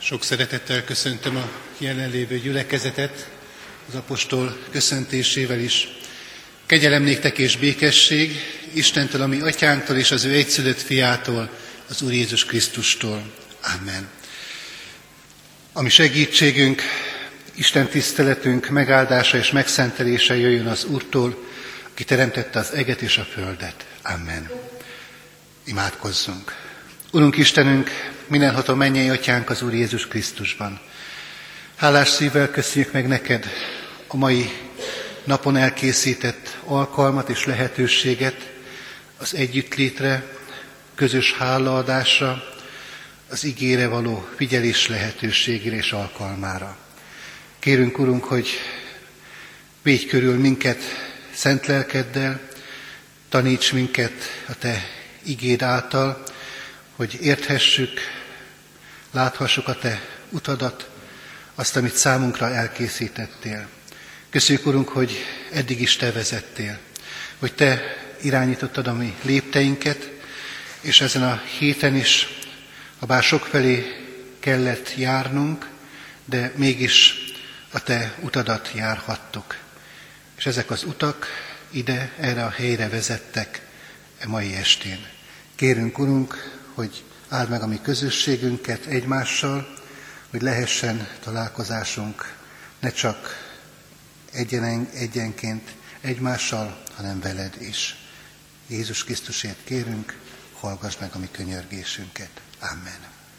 Sok szeretettel köszöntöm a jelenlévő gyülekezetet, az apostol köszöntésével is. Kegyelem néktek és békesség Istentől, a mi atyánktól és az ő egyszülött fiától, az Úr Jézus Krisztustól. Amen. A mi segítségünk, Isten tiszteletünk megáldása és megszentelése jöjjön az Úrtól, aki teremtette az eget és a földet. Amen. Imádkozzunk. Urunk Istenünk, mindenható mennyei atyánk az Úr Jézus Krisztusban. Hálás szívvel köszönjük meg neked a mai napon elkészített alkalmat és lehetőséget az együttlétre, közös hálaadásra, az igére való figyelés lehetőségére és alkalmára. Kérünk, Urunk, hogy védj körül minket szent lelkeddel, taníts minket a Te igéd által, hogy érthessük, láthassuk a Te utadat, azt, amit számunkra elkészítettél. Köszönjük, Urunk, hogy eddig is Te vezettél, hogy Te irányítottad a mi lépteinket, és ezen a héten is, habár sokfelé kellett járnunk, de mégis a Te utadat járhattuk. És ezek az utak ide, erre a helyre vezettek e mai estén. Kérünk, Urunk, hogy áld meg a mi közösségünket egymással, hogy lehessen találkozásunk ne csak egyenként egymással, hanem veled is. Jézus Krisztusért kérünk, hallgass meg a mi könyörgésünket. Amen.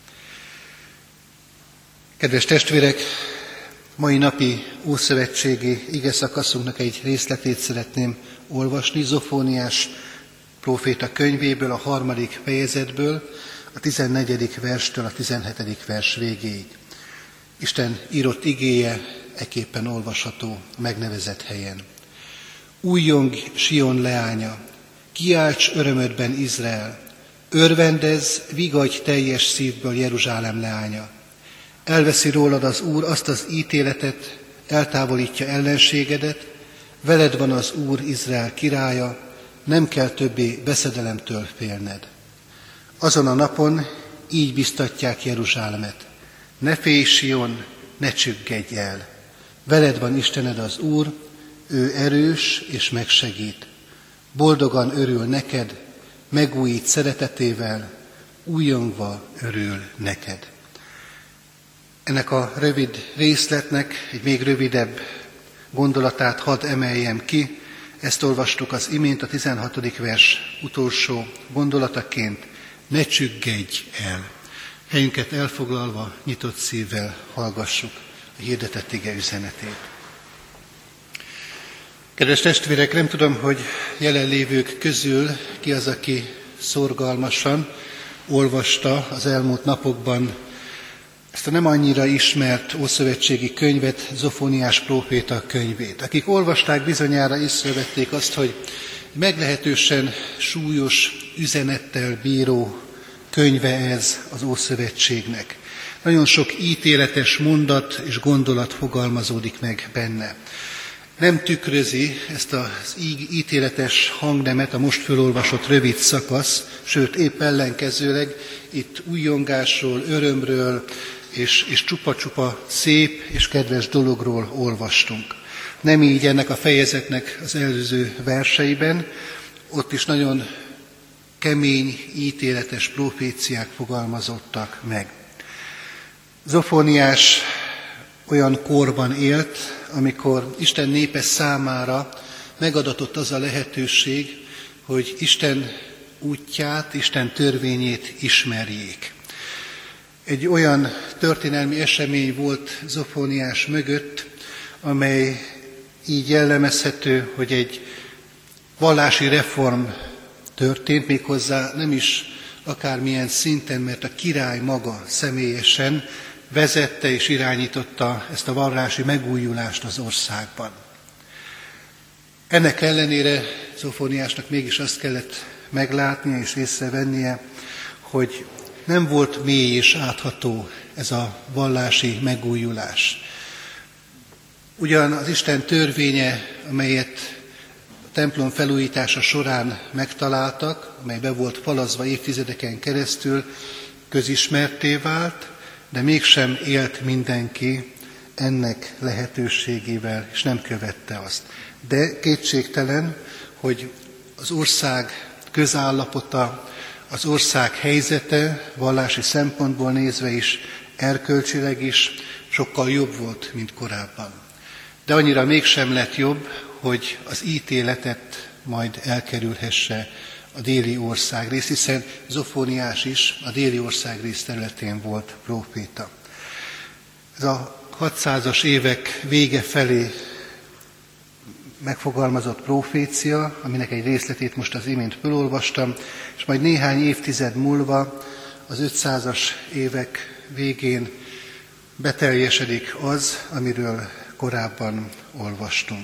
Kedves testvérek, mai napi ószövetségi igeszakaszunknak egy részletét szeretném olvasni, Zofóniás próféta könyvéből, a 3. fejezetből, a 14. verstől a 17. vers végéig. Isten írott igéje ekképpen olvasható a megnevezett helyen. Újjong Sion leánya, kiálts örömödben Izrael, örvendezz, vigadj teljes szívből Jeruzsálem leánya. Elveszi rólad az Úr azt az ítéletet, eltávolítja ellenségedet, veled van az Úr Izrael királya, nem kell többé veszedelemtől félned. Azon a napon így biztatják Jeruzsálemet. Ne félj, Sion, ne csüggedj el. Veled van Istened az Úr, ő erős és megsegít. Boldogan örül neked, megújít szeretetével, újjongva örül neked. Ennek a rövid részletnek egy még rövidebb gondolatát hadd emeljem ki. Ezt olvastuk az imént, a 16. vers utolsó gondolataként. Ne csüggedj el. Helyünket elfoglalva, nyitott szívvel hallgassuk a hirdetett ige üzenetét. Kedves testvérek, nem tudom, hogy jelenlévők közül ki az, aki szorgalmasan olvasta az elmúlt napokban ezt a nem annyira ismert ószövetségi könyvet, Zofóniás próféta könyvét. Akik olvasták, bizonyára észrevették azt, hogy meglehetősen súlyos üzenettel bíró könyve ez az Ószövetségnek. Nagyon sok ítéletes mondat és gondolat fogalmazódik meg benne. Nem tükrözi ezt az ítéletes hangnemet a most fölolvasott rövid szakasz, sőt épp ellenkezőleg itt újjongásról, örömről és csupa-csupa szép és kedves dologról olvastunk. Nem így ennek a fejezetnek az előző verseiben, ott is nagyon kemény, ítéletes proféciák fogalmazottak meg. Zofóniás olyan korban élt, amikor Isten népe számára megadatott az a lehetőség, hogy Isten útját, Isten törvényét ismerjék. Egy olyan történelmi esemény volt Zofóniás mögött, amely így jellemezhető, hogy egy vallási reform történt, méghozzá nem is akármilyen szinten, mert a király maga személyesen vezette és irányította ezt a vallási megújulást az országban. Ennek ellenére Zofóniásnak mégis azt kellett meglátnia és észrevennie, hogy nem volt mély és átható ez a vallási megújulás. Ugyan az Isten törvénye, amelyet a templom felújítása során megtaláltak, amely be volt falazva évtizedeken keresztül, közismertté vált, de mégsem élt mindenki ennek lehetőségével, és nem követte azt. De kétségtelen, hogy az ország közállapota, az ország helyzete vallási szempontból nézve is, erkölcsileg is sokkal jobb volt, mint korábban. De annyira mégsem lett jobb, hogy az ítéletet majd elkerülhesse a déli országrész, hiszen Zofóniás is a déli országrész területén volt próféta. Ez a 600-as évek vége felé megfogalmazott profécia, aminek egy részletét most az imént felolvastam, és majd néhány évtized múlva, az 500-as évek végén beteljesedik az, amiről korábban olvastunk.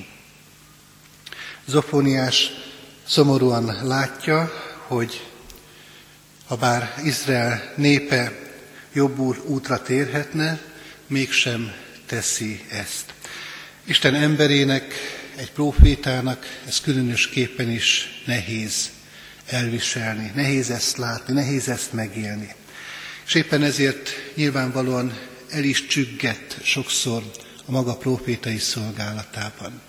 Zofóniás szomorúan látja, hogy habár Izrael népe jobb útra térhetne, mégsem teszi ezt. Isten emberének, egy prófétának ez különösképpen is nehéz elviselni, nehéz ezt látni, nehéz ezt megélni. És éppen ezért nyilvánvalóan el is csüggett sokszor a maga prófétai szolgálatában.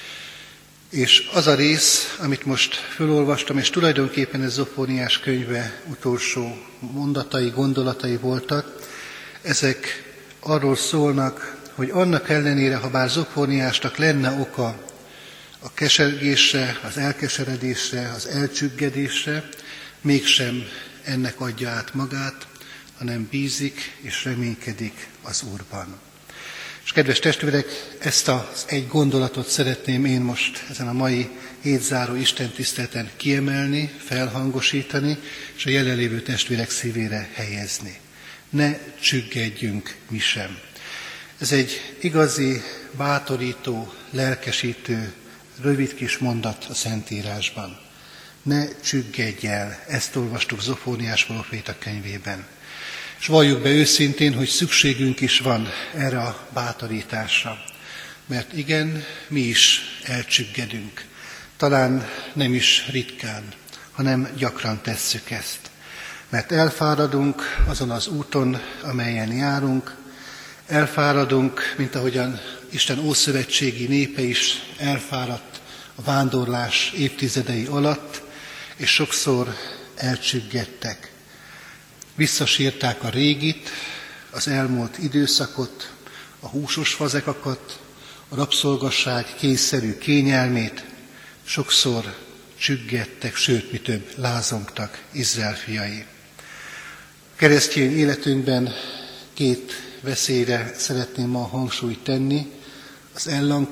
És az a rész, amit most felolvastam, és tulajdonképpen ez Zofóniás könyve utolsó mondatai, gondolatai voltak, ezek arról szólnak, hogy annak ellenére, ha bár Zofóniásnak lenne oka a kesergésre, az elkeseredésre, az elcsüggedésre, mégsem ennek adja át magát, hanem bízik és reménykedik az Úrban. És kedves testvérek, ezt az egy gondolatot szeretném én most ezen a mai hétzáró istentiszteleten kiemelni, felhangosítani, és a jelenlévő testvérek szívére helyezni. Ne csüggedjünk mi sem. Ez egy igazi, bátorító, lelkesítő, rövid kis mondat a Szentírásban. Ne csüggedj el, ezt olvastuk Zofóniás próféta könyvében. És valljuk be őszintén, hogy szükségünk is van erre a bátorításra. Mert igen, mi is elcsüggedünk. Talán nem is ritkán, hanem gyakran tesszük ezt. Mert elfáradunk azon az úton, amelyen járunk, elfáradunk, mint ahogyan Isten ószövetségi népe is elfáradt a vándorlás évtizedei alatt, és sokszor elcsüggedtek. Visszasírták a régit, az elmúlt időszakot, a húsos fazekakat, a rabszolgasság kényszerű kényelmét, sokszor csüggedtek, sőt, mi több, lázongtak Izrael fiai. Keresztény életünkben két veszélyre szeretném ma hangsúlyt tenni, az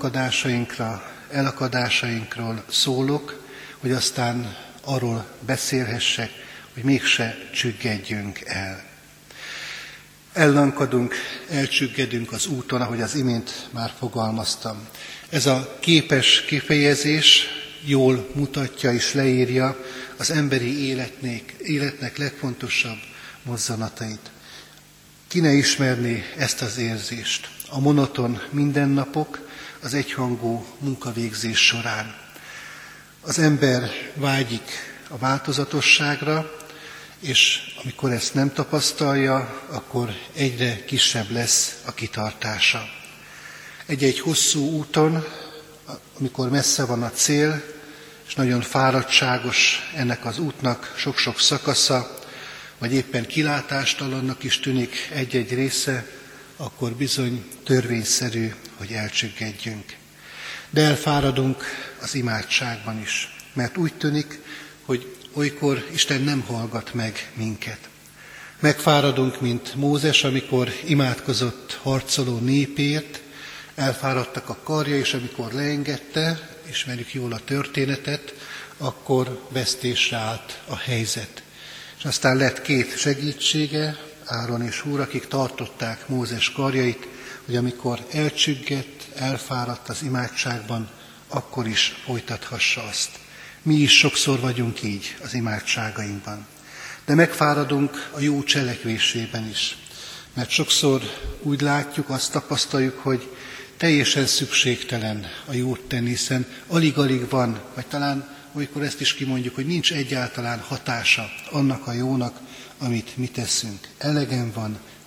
elakadásainkról szólok, hogy aztán arról beszélhessek, hogy mégse csüggedjünk el. Ellankadunk, elcsüggedünk az úton, ahogy az imént már fogalmaztam. Ez a képes kifejezés jól mutatja és leírja az emberi életnek legfontosabb mozzanatait. Ki ne ismerné ezt az érzést? A monoton mindennapok az egyhangú munkavégzés során. Az ember vágyik a változatosságra, és amikor ezt nem tapasztalja, akkor egyre kisebb lesz a kitartása. Egy-egy hosszú úton, amikor messze van a cél, és nagyon fáradtságos ennek az útnak sok-sok szakasza, vagy éppen kilátástalannak is tűnik egy-egy része, akkor bizony törvényszerű, hogy elcsüggedjünk. De elfáradunk az imádságban is, mert úgy tűnik, hogy olykor Isten nem hallgat meg minket. Megfáradunk, mint Mózes, amikor imádkozott harcoló népért, elfáradtak a karja, és amikor leengedte, ismerjük jól a történetet, akkor vesztésre állt a helyzet. És aztán lett két segítsége, Áron és Húr, akik tartották Mózes karjait, hogy amikor elcsüggett, elfáradt az imádságban, akkor is folytathassa azt. Mi is sokszor vagyunk így az imádságainkban. De megfáradunk a jó cselekvésében is. Mert sokszor úgy látjuk, azt tapasztaljuk, hogy teljesen szükségtelen a jót tenni, hiszen alig-alig van, vagy talán olykor ezt is kimondjuk, hogy nincs egyáltalán hatása annak a jónak, amit mi teszünk. Elegem van,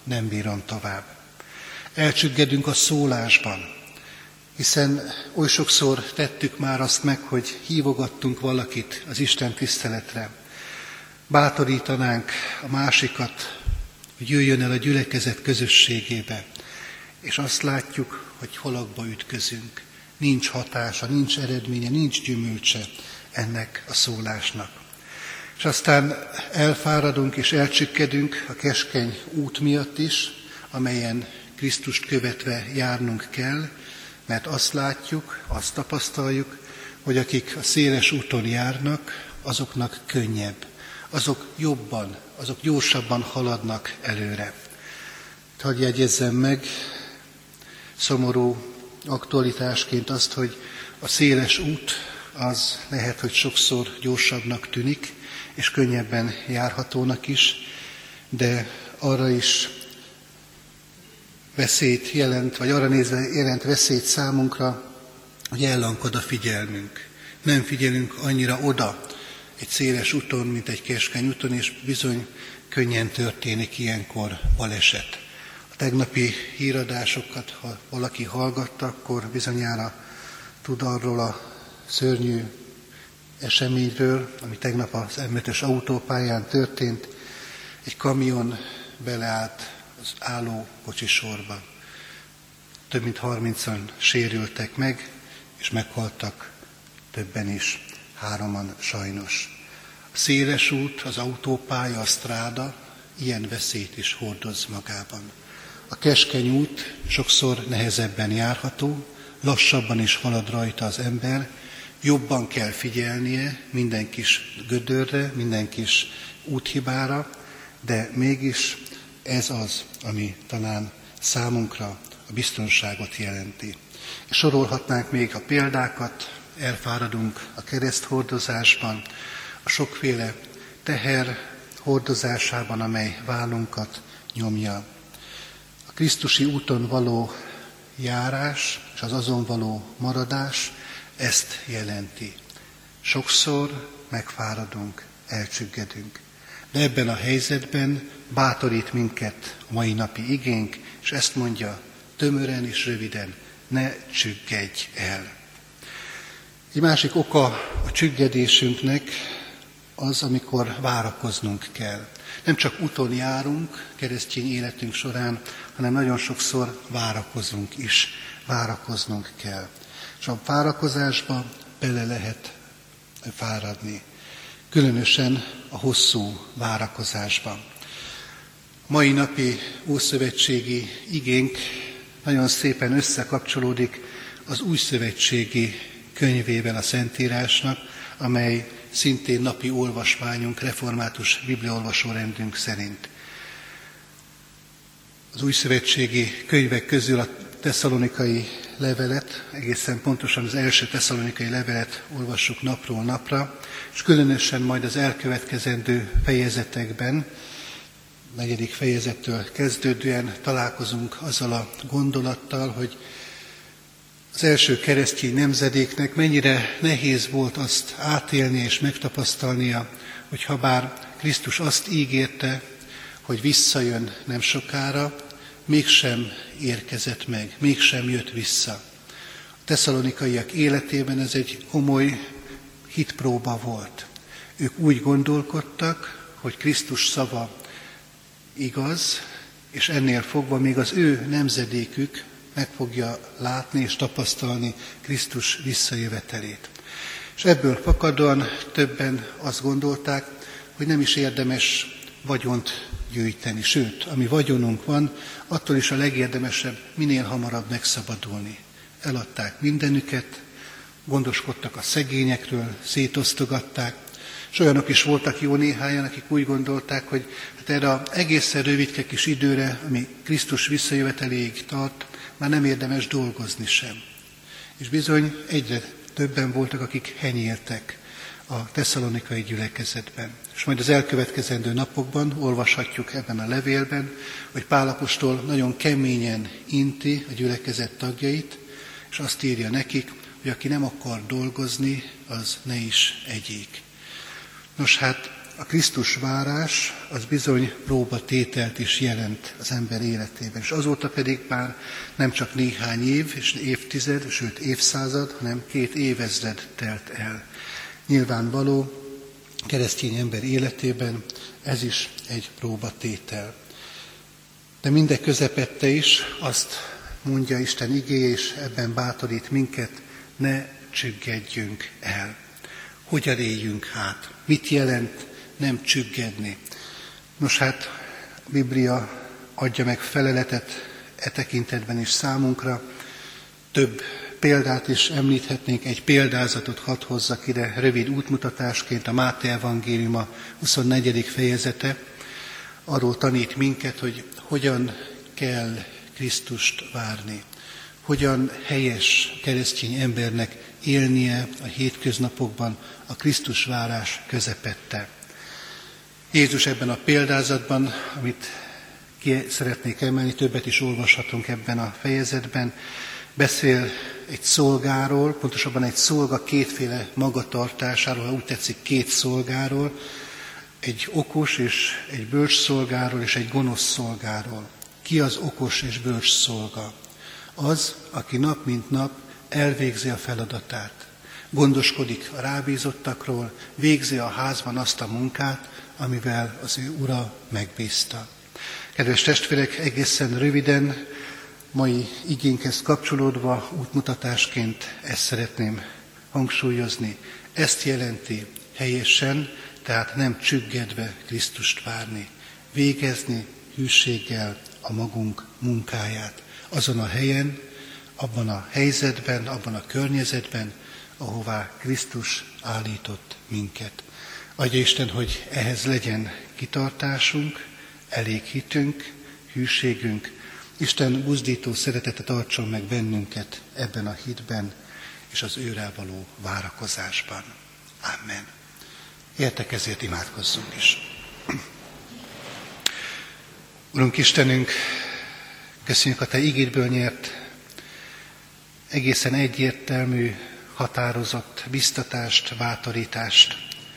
nem bírom tovább. Elcsüggedünk a szólásban, hiszen oly sokszor tettük már azt meg, hogy hívogattunk valakit az Isten tiszteletre. Bátorítanánk a másikat, hogy jöjjön el a gyülekezet közösségébe, és azt látjuk, hogy halakba ütközünk. Nincs hatása, nincs eredménye, nincs gyümölcse ennek a szólásnak. És aztán elfáradunk és elcsükkedünk a keskeny út miatt is, amelyen Krisztust követve járnunk kell, mert azt látjuk, azt tapasztaljuk, hogy akik a széles úton járnak, azoknak könnyebb, azok jobban, azok gyorsabban haladnak előre. Hadd jegyezzem meg szomorú aktualitásként azt, hogy a széles út az lehet, hogy sokszor gyorsabbnak tűnik, és könnyebben járhatónak is, de arra is veszélyt jelent, vagy arra nézve jelent veszélyt számunkra, hogy ellankad a figyelmünk. Nem figyelünk annyira oda egy széles úton, mint egy keskeny úton, és bizony könnyen történik ilyenkor baleset. A tegnapi híradásokat, ha valaki hallgatta, akkor bizonyára tud arról a szörnyű eseményről, ami tegnap az M5-ös autópályán történt. Egy kamion beleállt az álló kocsisorba. Több mint 30-an sérültek meg, és meghaltak többen is, 3-an sajnos. A széles út, az autópálya, a stráda ilyen veszélyt is hordoz magában. A keskeny út sokszor nehezebben járható, lassabban is halad rajta az ember, jobban kell figyelnie minden kis gödörre, minden kis úthibára, de mégis ez az, ami talán számunkra a biztonságot jelenti. És sorolhatnánk még a példákat, elfáradunk a kereszthordozásban, a sokféle teher hordozásában, amely vállunkat nyomja. A Krisztusi úton való járás és az azon való maradás ezt jelenti. Sokszor megfáradunk, elcsüggedünk. De ebben a helyzetben bátorít minket a mai napi igénk, és ezt mondja tömören és röviden, ne csüggedj el. Egy másik oka a csüggedésünknek az, amikor várakoznunk kell. Nem csak úton járunk keresztény életünk során, hanem nagyon sokszor várakozunk is, várakoznunk kell. És a várakozásba bele lehet fáradni. Különösen a hosszú várakozásban. Mai napi ószövetségi igénk nagyon szépen összekapcsolódik az újszövetségi könyvével a Szentírásnak, amely szintén napi olvasmányunk, református bibliaolvasórendünk szerint. Az újszövetségi könyvek közül a tesszalonikai levelet, egészen pontosan az első tesszalonikai levelet olvassuk napról napra, és különösen majd az elkövetkezendő fejezetekben, 4. fejezettől kezdődően találkozunk azzal a gondolattal, hogy az első keresztény nemzedéknek mennyire nehéz volt azt átélni és megtapasztalnia, hogy habár Krisztus azt ígérte, hogy visszajön nem sokára, mégsem érkezett meg, mégsem jött vissza. A tesszalonikaiak életében ez egy komoly hitpróba volt. Ők úgy gondolkodtak, hogy Krisztus szava igaz, és ennél fogva még az ő nemzedékük meg fogja látni és tapasztalni Krisztus visszajövetelét. És ebből fakadóan többen azt gondolták, hogy nem is érdemes vagyont gyűjteni. Sőt, ami vagyonunk van, attól is a legérdemesebb minél hamarabb megszabadulni. Eladták mindenüket, gondoskodtak a szegényekről, szétosztogatták, és olyanok is voltak jó néhányan, akik úgy gondolták, hogy hát erre az egészen rövidke kis időre, ami Krisztus visszajöveteléig tart, már nem érdemes dolgozni sem. És bizony egyre többen voltak, akik henyéltek a tesszalonikai gyülekezetben. És majd az elkövetkezendő napokban olvashatjuk ebben a levélben, hogy Pál apostol nagyon keményen inti a gyülekezet tagjait, és azt írja nekik, hogy aki nem akar dolgozni, az ne is egyék. Nos hát, a Krisztus várás az bizony próbatételt is jelent az ember életében. És azóta pedig már nem csak néhány év és évtized, sőt évszázad, hanem 2 évezred telt el. Nyilvánvaló, keresztény ember életében ez is egy próbatétel. De mindek közepette is azt mondja Isten igéje, és ebben bátorít minket, ne csüggedjünk el. Hogyan éljünk hát? Mit jelent nem csüggedni? Nos hát, a Biblia adja meg feleletet e tekintetben is számunkra. Több példát is említhetnénk, egy példázatot hadd hozzak ide, rövid útmutatásként a Máté evangéliuma 24. fejezete. Arról tanít minket, hogy hogyan kell Krisztust várni. Hogyan helyes keresztény embernek élnie a hétköznapokban a Krisztus várás közepette. Jézus ebben a példázatban, amit ki szeretnék emelni, többet is olvashatunk ebben a fejezetben, beszél egy szolgáról, pontosabban egy szolga kétféle magatartásáról, ha úgy tetszik 2 szolgáról, egy okos és egy bölcs szolgáról és egy gonosz szolgáról. Ki az okos és bölcs szolga? Az, aki nap mint nap elvégzi a feladatát, gondoskodik a rábízottakról, végzi a házban azt a munkát, amivel az ő ura megbízta. Kedves testvérek, egészen röviden, mai igénkhez kapcsolódva útmutatásként ezt szeretném hangsúlyozni. Ezt jelenti helyesen, tehát nem csüggedve Krisztust várni, végezni hűséggel a magunk munkáját. Azon a helyen, abban a helyzetben, abban a környezetben, ahová Krisztus állított minket. Adja Isten, hogy ehhez legyen kitartásunk, elég hitünk, hűségünk. Isten buzdító szeretete tartson meg bennünket ebben a hitben és az őrá való várakozásban. Amen. Értek, ezért imádkozzunk is. Urunk Istenünk, köszönjük a Te igédből nyert, egészen egyértelmű, határozott biztatást, bátorítást.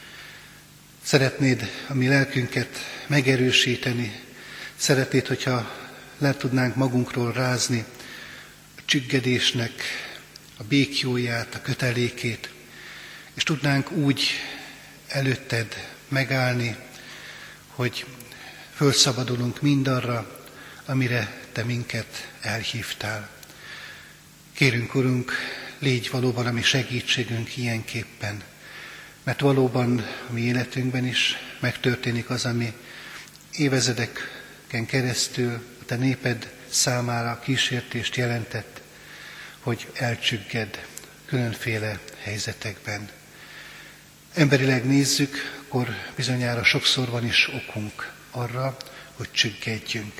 Szeretnéd a mi lelkünket megerősíteni, szeretnéd, hogyha le tudnánk magunkról rázni a csüggedésnek a békjóját, a kötelékét, és tudnánk úgy előtted megállni, hogy fölszabadulunk mindarra, amire Te minket elhívtál. Kérünk, Urunk, légy valóban a mi segítségünk ilyenképpen, mert valóban a mi életünkben is megtörténik az, ami évezredeken keresztül a Te néped számára kísértést jelentett, hogy elcsügged különféle helyzetekben. Emberileg nézzük, akkor bizonyára sokszor van is okunk arra, hogy csüggedjünk.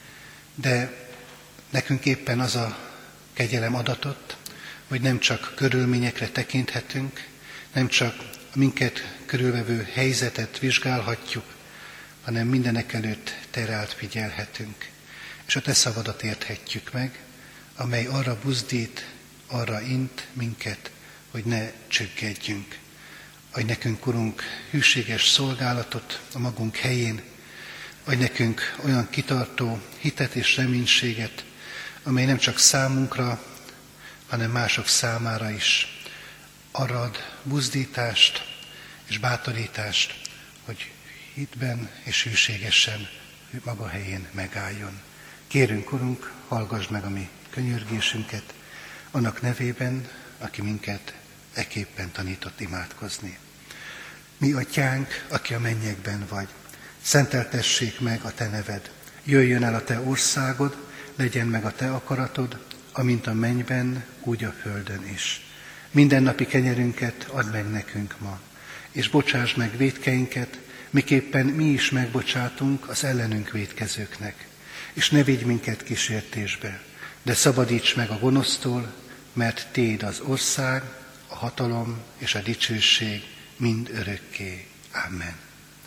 De nekünk éppen az a kegyelem adatott, hogy nem csak körülményekre tekinthetünk, nem csak a minket körülvevő helyzetet vizsgálhatjuk, hanem mindenek előtt Te rád figyelhetünk. És a Te szavadat érthetjük meg, amely arra buzdít, arra int minket, hogy ne csüggedjünk. Adj nekünk, Urunk, hűséges szolgálatot a magunk helyén, adj nekünk olyan kitartó hitet és reménységet, amely nem csak számunkra, hanem mások számára is arra ad buzdítást és bátorítást, hogy hitben és hűségesen maga helyén megálljon. Kérünk, Urunk, hallgass meg a mi könyörgésünket, annak nevében, aki minket eképpen tanított imádkozni. Mi Atyánk, aki a mennyekben vagy, szenteltessék meg a Te neved, jöjjön el a Te országod, legyen meg a Te akaratod, amint a mennyben, úgy a földön is. Mindennapi kenyerünket add meg nekünk ma, és bocsáss meg vétkeinket, miképpen mi is megbocsátunk az ellenünk vétkezőknek. És ne vigy minket kísértésbe, de szabadíts meg a gonosztól, mert Téd az ország, a hatalom és a dicsőség mind örökké. Amen.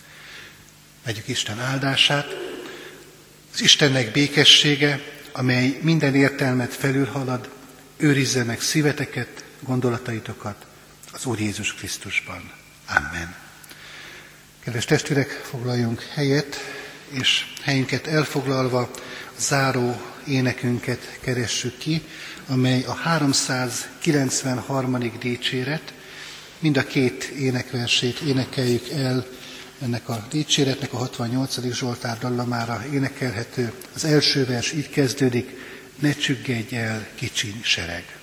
Vegyük Isten áldását. Az Istennek békessége, amely minden értelmet felülhalad, őrizze meg szíveteket, gondolataitokat az Úr Jézus Krisztusban. Amen. Kedves testvérek, foglaljunk helyet, és helyünket elfoglalva a záró énekünket keressük ki, amely a 393. dicséret. Mind a két énekversét énekeljük el ennek a dicséretnek, a 68. Zsoltár dallamára énekelhető. Az első vers így kezdődik: ne csüggedj el, kicsiny sereg.